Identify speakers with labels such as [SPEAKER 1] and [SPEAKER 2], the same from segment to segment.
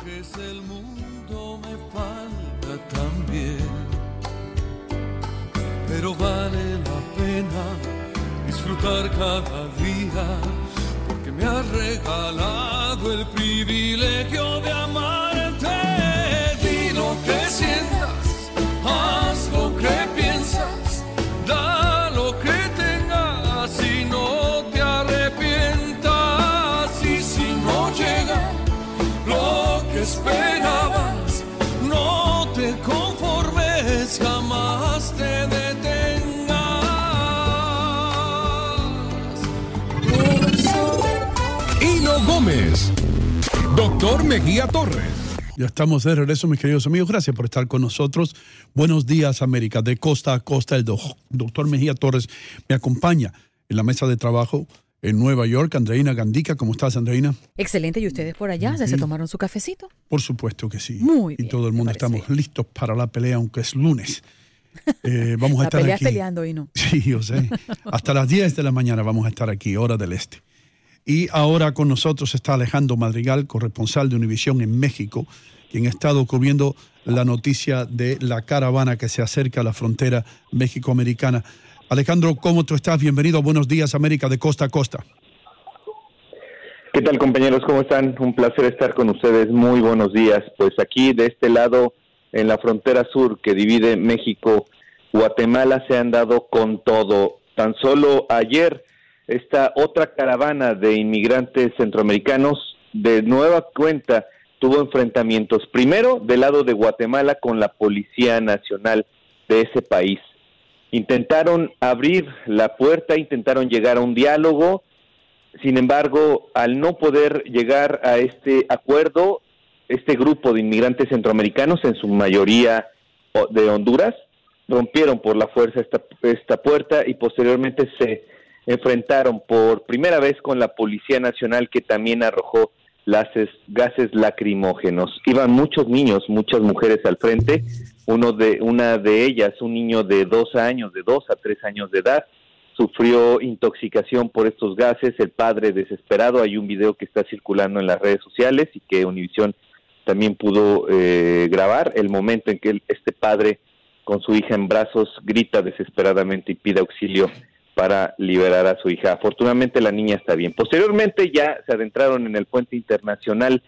[SPEAKER 1] que es el mundo me falta también, pero vale la pena disfrutar cada día, porque me has regalado el privilegio de amarte. Di lo que sientas, haz lo que piensas, da lo que tengas y no te arrepientas. Y si no llega lo que esperabas, no te conformes, jamás te detengas.
[SPEAKER 2] Hino Gómez, Doctor Mejía Torres.
[SPEAKER 3] Ya estamos de regreso, mis queridos amigos. Gracias por estar con nosotros. Buenos días, América. De costa a costa, el doctor Mejía Torres me acompaña en la mesa de trabajo en Nueva York. Andreina Gandica, ¿cómo estás, Andreina?
[SPEAKER 4] Excelente. ¿Y ustedes por allá? ¿Ya se tomaron su cafecito?
[SPEAKER 3] Por supuesto que sí.
[SPEAKER 4] Muy bien.
[SPEAKER 3] Y todo el mundo estamos listos para la pelea, aunque es lunes. Vamos a
[SPEAKER 4] la
[SPEAKER 3] estar
[SPEAKER 4] pelea
[SPEAKER 3] aquí.
[SPEAKER 4] peleando y no.
[SPEAKER 3] Sí, yo sé. Hasta las 10 de la mañana vamos a estar aquí, hora del este. Y ahora con nosotros está Alejandro Madrigal, corresponsal de Univisión en México, quien ha estado cubriendo la noticia de la caravana que se acerca a la frontera méxico-americana. Alejandro, ¿cómo tú estás? Bienvenido a Buenos Días, América, de costa a costa.
[SPEAKER 5] ¿Qué tal, compañeros? ¿Cómo están? Un placer estar con ustedes. Muy buenos días. Pues aquí, de este lado, en la frontera sur que divide México, Guatemala, se han dado con todo. Tan solo ayer, esta otra caravana de inmigrantes centroamericanos, de nueva cuenta, tuvo enfrentamientos. Primero, del lado de Guatemala con la Policía Nacional de ese país. Intentaron abrir la puerta, intentaron llegar a un diálogo. Sin embargo, al no poder llegar a este acuerdo, este grupo de inmigrantes centroamericanos, en su mayoría de Honduras, rompieron por la fuerza esta puerta y posteriormente se enfrentaron por primera vez con la Policía Nacional, que también arrojó gases lacrimógenos. Iban muchos niños, muchas mujeres al frente. Una de ellas, un niño de 2 años, de 2 a 3 años de edad, sufrió intoxicación por estos gases. El padre desesperado, hay un video que está circulando en las redes sociales y que Univisión también pudo grabar el momento en que este padre, con su hija en brazos, grita desesperadamente y pide auxilio para liberar a su hija. Afortunadamente la niña está bien. Posteriormente ya se adentraron en el puente internacional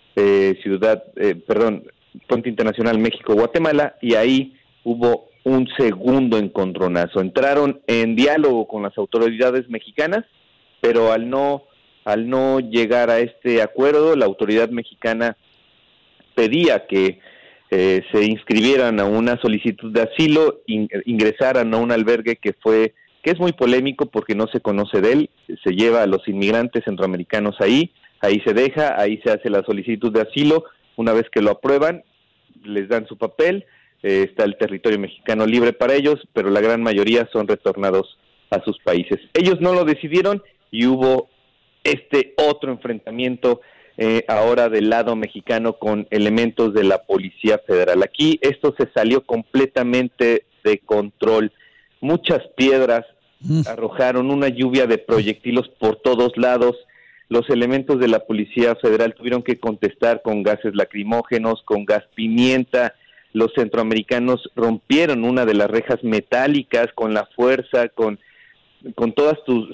[SPEAKER 5] Puente Internacional México-Guatemala, y ahí hubo un segundo encontronazo. Entraron en diálogo con las autoridades mexicanas, pero al no llegar a este acuerdo, la autoridad mexicana pedía que se inscribieran a una solicitud de asilo, ingresaran a un albergue que es muy polémico porque no se conoce de él. Se lleva a los inmigrantes centroamericanos ahí se deja, ahí se hace la solicitud de asilo. Una vez que lo aprueban, les dan su papel, está el territorio mexicano libre para ellos, pero la gran mayoría son retornados a sus países. Ellos no lo decidieron y hubo este otro enfrentamiento ahora del lado mexicano con elementos de la Policía Federal. Aquí esto se salió completamente de control. Muchas piedras arrojaron, una lluvia de proyectiles por todos lados. Los elementos de la Policía Federal tuvieron que contestar con gases lacrimógenos, con gas pimienta. Los centroamericanos rompieron una de las rejas metálicas con la fuerza, con todas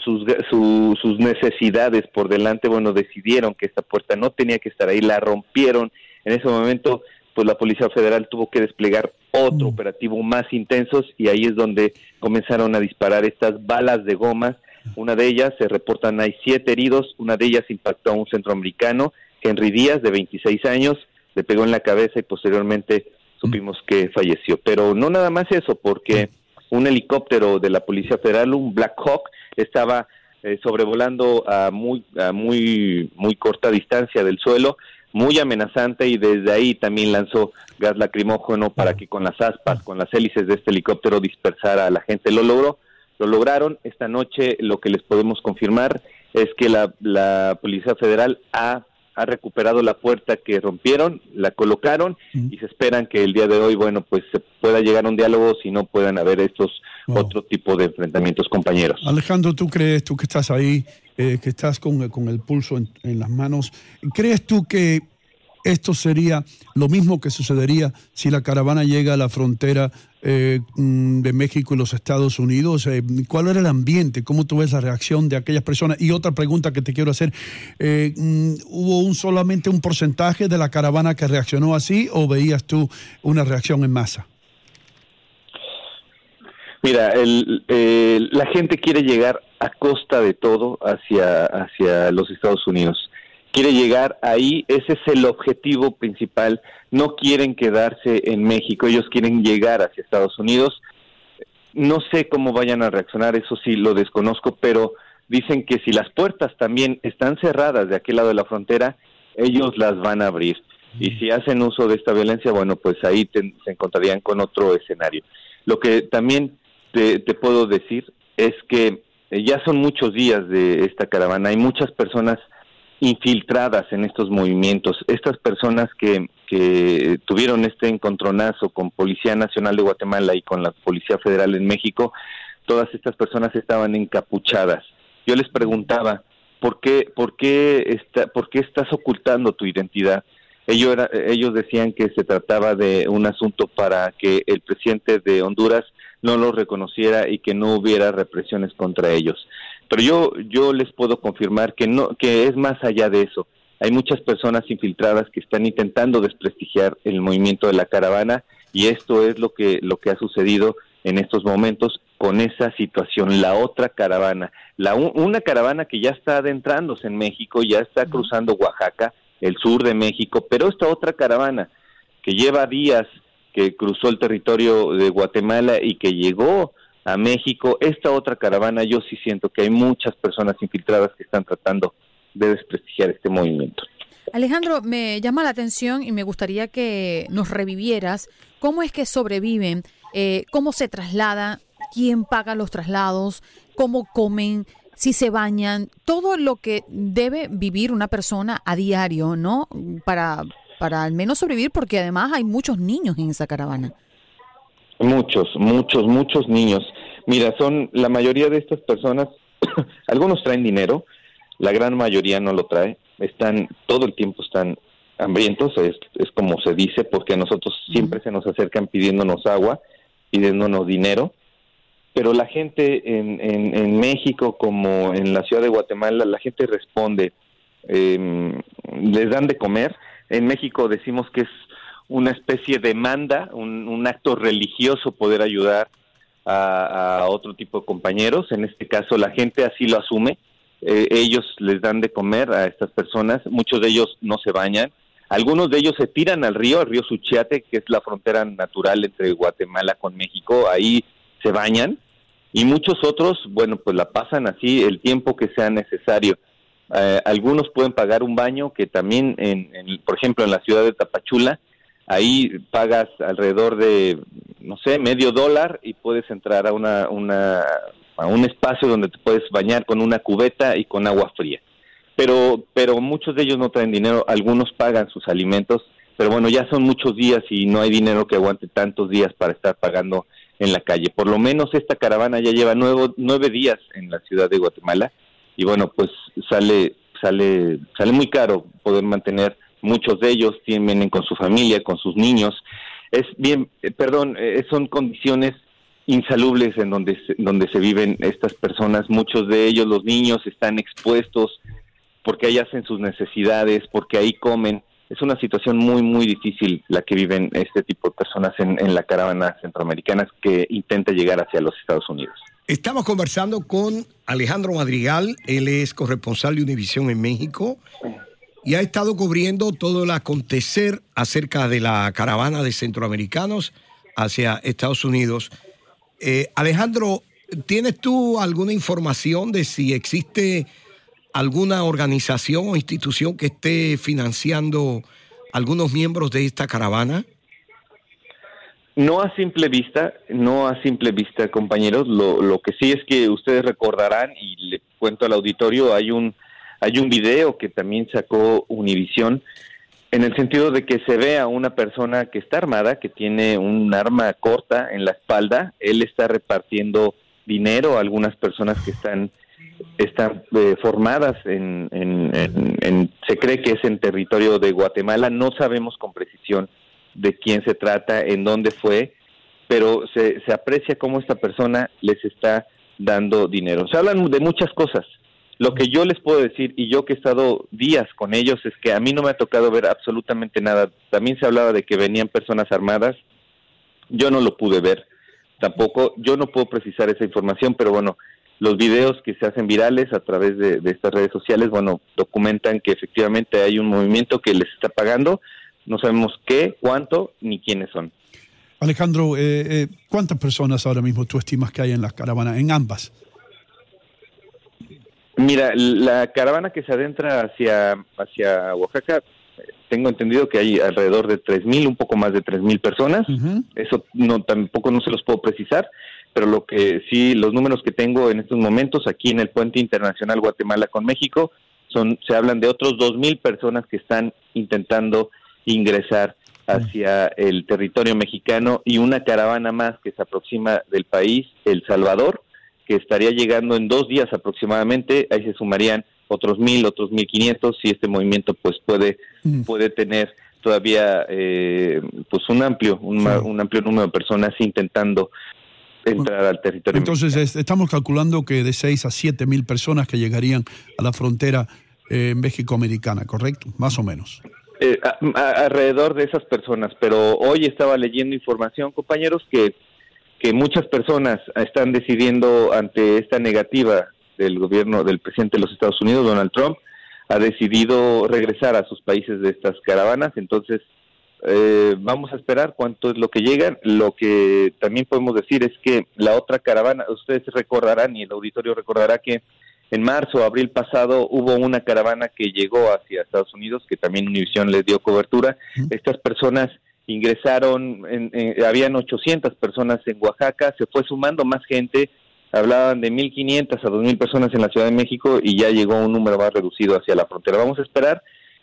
[SPEAKER 5] sus necesidades por delante. Bueno, decidieron que esta puerta no tenía que estar ahí, la rompieron. En ese momento, pues la Policía Federal tuvo que desplegar otro operativo más intensos, y ahí es donde comenzaron a disparar estas balas de gomas. Una de ellas, se reportan, hay 7 heridos. Una de ellas impactó a un centroamericano, Henry Díaz, de 26 años, le pegó en la cabeza y posteriormente supimos que falleció. Pero no nada más eso, porque un helicóptero de la Policía Federal, un Black Hawk, estaba sobrevolando a muy corta distancia del suelo, muy amenazante, y desde ahí también lanzó gas lacrimógeno para que con las aspas, con las hélices de este helicóptero dispersara a la gente. Lo lograron. Esta noche lo que les podemos confirmar es que la Policía Federal ha recuperado la puerta que rompieron, la colocaron, y se esperan que el día de hoy, bueno, pues se pueda llegar a un diálogo, si no puedan haber estos otro tipo de enfrentamientos, compañeros.
[SPEAKER 3] Alejandro, tú que estás ahí, que estás con el pulso en las manos, ¿crees tú que esto sería lo mismo que sucedería si la caravana llega a la frontera de México y los Estados Unidos. ¿Cuál era el ambiente? ¿Cómo tú ves la reacción de aquellas personas? Y otra pregunta que te quiero hacer, ¿hubo solamente un porcentaje de la caravana que reaccionó así o veías tú una reacción en masa?
[SPEAKER 5] Mira, la gente quiere llegar a costa de todo hacia los Estados Unidos. Quiere llegar ahí, ese es el objetivo principal. No quieren quedarse en México, ellos quieren llegar hacia Estados Unidos. No sé cómo vayan a reaccionar, eso sí lo desconozco, pero dicen que si las puertas también están cerradas de aquel lado de la frontera, ellos las van a abrir. Y si hacen uso de esta violencia, bueno, pues ahí se encontrarían con otro escenario. Lo que también te puedo decir es que ya son muchos días de esta caravana, hay muchas personas infiltradas en estos movimientos. Estas personas que tuvieron este encontronazo con Policía Nacional de Guatemala y con la Policía Federal en México, todas estas personas estaban encapuchadas. Yo les preguntaba, ¿por qué estás ocultando tu identidad? Ellos decían que se trataba de un asunto para que el presidente de Honduras no los reconociera y que no hubiera represiones contra ellos. Pero yo les puedo confirmar que es más allá de eso. Hay muchas personas infiltradas que están intentando desprestigiar el movimiento de la caravana y esto es lo que ha sucedido en estos momentos con esa situación. La otra caravana, una caravana que ya está adentrándose en México, ya está cruzando Oaxaca, el sur de México, pero esta otra caravana que lleva días que cruzó el territorio de Guatemala y que llegó a México, esta otra caravana, yo sí siento que hay muchas personas infiltradas que están tratando de desprestigiar este movimiento.
[SPEAKER 4] Alejandro, me llama la atención y me gustaría que nos revivieras cómo es que sobreviven, cómo se trasladan, quién paga los traslados, cómo comen, si se bañan, todo lo que debe vivir una persona a diario, ¿no? Para al menos sobrevivir, porque además hay muchos niños en esa caravana.
[SPEAKER 5] Muchos niños. Mira, la mayoría de estas personas, algunos traen dinero, la gran mayoría no lo trae, todo el tiempo están hambrientos, es como se dice, porque a nosotros siempre se nos acercan pidiéndonos agua, pidiéndonos dinero, pero la gente en México como en la ciudad de Guatemala, la gente responde, les dan de comer. En México decimos que es una especie de manda, un acto religioso poder ayudar a otro tipo de compañeros. En este caso la gente así lo asume. Ellos les dan de comer a estas personas. Muchos de ellos no se bañan. Algunos de ellos se tiran al río Suchiate, que es la frontera natural entre Guatemala con México. Ahí se bañan. Y muchos otros, bueno, pues la pasan así el tiempo que sea necesario. Algunos pueden pagar un baño, que también, por ejemplo, en la ciudad de Tapachula, ahí pagas alrededor de, no sé, $50 y puedes entrar a un espacio donde te puedes bañar con una cubeta y con agua fría. Pero muchos de ellos no traen dinero, algunos pagan sus alimentos, pero bueno, ya son muchos días y no hay dinero que aguante tantos días para estar pagando en la calle. Por lo menos esta caravana ya lleva 9 días en la ciudad de Guatemala y bueno, pues sale muy caro poder mantener. Muchos de ellos vienen con su familia, con sus niños. Son condiciones insalubres en donde se viven estas personas. Muchos de ellos, los niños, están expuestos porque ahí hacen sus necesidades, porque ahí comen. Es una situación muy, muy difícil la que viven este tipo de personas en la caravana centroamericana que intenta llegar hacia los Estados Unidos.
[SPEAKER 2] Estamos conversando con Alejandro Madrigal, él es corresponsal de Univisión en México y ha estado cubriendo todo el acontecer acerca de la caravana de centroamericanos hacia Estados Unidos. Alejandro, ¿tienes tú alguna información de si existe alguna organización o institución que esté financiando algunos miembros de esta caravana?
[SPEAKER 5] No a simple vista, compañeros. Lo que sí es que ustedes recordarán, y le cuento al auditorio, hay un video que también sacó Univisión, en el sentido de que se ve a una persona que está armada, que tiene un arma corta en la espalda. Él está repartiendo dinero a algunas personas que están formadas se cree que es en territorio de Guatemala. No sabemos con precisión de quién se trata, en dónde fue, pero se aprecia cómo esta persona les está dando dinero. Se hablan de muchas cosas. Lo que yo les puedo decir, y yo que he estado días con ellos, es que a mí no me ha tocado ver absolutamente nada. También se hablaba de que venían personas armadas. Yo no lo pude ver tampoco. Yo no puedo precisar esa información, pero bueno, los videos que se hacen virales a través de estas redes sociales, bueno, documentan que efectivamente hay un movimiento que les está pagando. No sabemos qué, cuánto, ni quiénes son.
[SPEAKER 3] Alejandro, ¿cuántas personas ahora mismo tú estimas que hay en las caravanas, en ambas?
[SPEAKER 5] Mira, la caravana que se adentra hacia Oaxaca, tengo entendido que hay alrededor de 3,000, un poco más de 3,000 personas. Uh-huh. Eso tampoco no se los puedo precisar, pero lo que sí, los números que tengo en estos momentos aquí en el Puente Internacional Guatemala con México, se hablan de otros 2,000 personas que están intentando ingresar hacia el territorio mexicano, y una caravana más que se aproxima del país, El Salvador, que estaría llegando en 2 días aproximadamente. Ahí se sumarían otros 1,000, otros 1,500, y este movimiento pues puede tener todavía pues un amplio número de personas intentando entrar al territorio
[SPEAKER 3] Entonces
[SPEAKER 5] mexicano.
[SPEAKER 3] Estamos calculando que de 6 a 7,000 personas que llegarían a la frontera México-americana, ¿correcto? Más o menos.
[SPEAKER 5] Alrededor de esas personas, pero hoy estaba leyendo información, compañeros, que muchas personas están decidiendo, ante esta negativa del gobierno del presidente de los Estados Unidos, Donald Trump, ha decidido regresar a sus países de estas caravanas. Entonces vamos a esperar cuánto es lo que llegan. Lo que también podemos decir es que la otra caravana, ustedes recordarán y el auditorio recordará que en marzo o abril pasado hubo una caravana que llegó hacia Estados Unidos, que también Univisión les dio cobertura. Estas personas ingresaron, habían 800 personas en Oaxaca, se fue sumando más gente, hablaban de 1,500 a 2,000 personas en la Ciudad de México, y ya llegó un número más reducido hacia la frontera. Vamos a esperar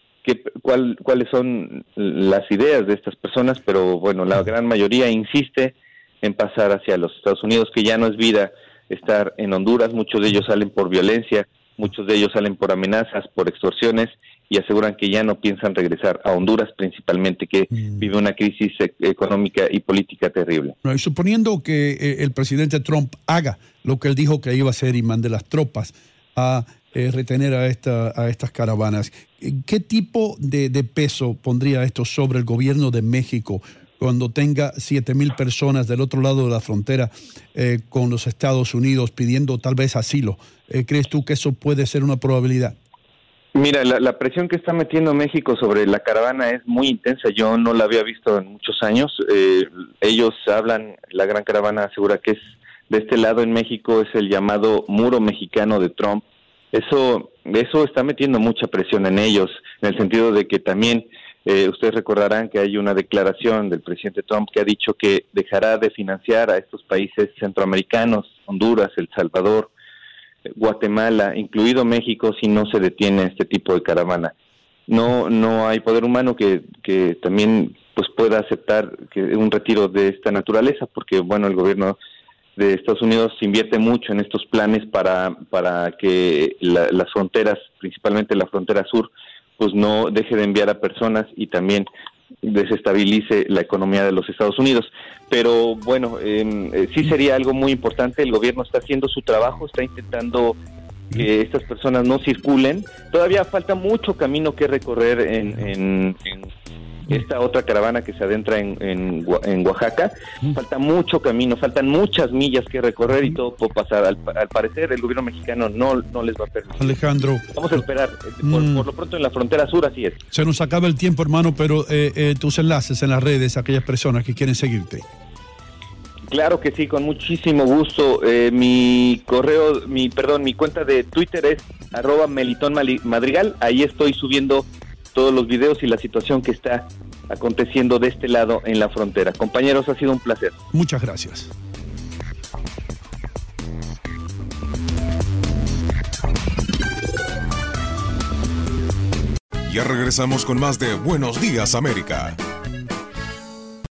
[SPEAKER 5] cuáles son las ideas de estas personas, pero bueno, la gran mayoría insiste en pasar hacia los Estados Unidos, que ya no es vida estar en Honduras. Muchos de ellos salen por violencia, muchos de ellos salen por amenazas, por extorsiones, y aseguran que ya no piensan regresar a Honduras, principalmente, que vive una crisis económica y política terrible.
[SPEAKER 3] Y suponiendo que el presidente Trump haga lo que él dijo que iba a hacer y mande las tropas a retener a estas caravanas, ¿qué tipo de peso pondría esto sobre el gobierno de México cuando tenga 7,000 personas del otro lado de la frontera con los Estados Unidos pidiendo tal vez asilo? ¿Crees tú que eso puede ser una probabilidad?
[SPEAKER 5] Mira, la presión que está metiendo México sobre la caravana es muy intensa. Yo no la había visto en muchos años. Ellos hablan, la gran caravana asegura que es de este lado en México, es el llamado muro mexicano de Trump. Eso está metiendo mucha presión en ellos, en el sentido de que también ustedes recordarán que hay una declaración del presidente Trump que ha dicho que dejará de financiar a estos países centroamericanos, Honduras, El Salvador, Guatemala, incluido México, si no se detiene este tipo de caravana. No hay poder humano que también pues pueda aceptar un retiro de esta naturaleza, porque bueno, el gobierno de Estados Unidos invierte mucho en estos planes para que las fronteras, principalmente la frontera sur, pues no deje de enviar a personas y también desestabilice la economía de los Estados Unidos. Pero bueno, sí sería algo muy importante. El gobierno está haciendo su trabajo, está intentando que estas personas no circulen. Todavía falta mucho camino que recorrer en esta otra caravana que se adentra en Oaxaca. Falta mucho camino, faltan muchas millas que recorrer, y todo puede pasar. Al parecer el gobierno mexicano no les va a permitir.
[SPEAKER 3] Alejandro,
[SPEAKER 5] vamos a esperar. Por lo pronto en la frontera sur así es.
[SPEAKER 3] Se nos acaba el tiempo, hermano, pero tus enlaces en las redes, aquellas personas que quieren seguirte.
[SPEAKER 5] Claro que sí, con muchísimo gusto. Mi cuenta de Twitter es @melitonmadrigal. Ahí estoy subiendo todos los videos y la situación que está aconteciendo de este lado en la frontera. Compañeros, ha sido un placer.
[SPEAKER 3] Muchas gracias.
[SPEAKER 6] Ya regresamos con más de Buenos Días, América.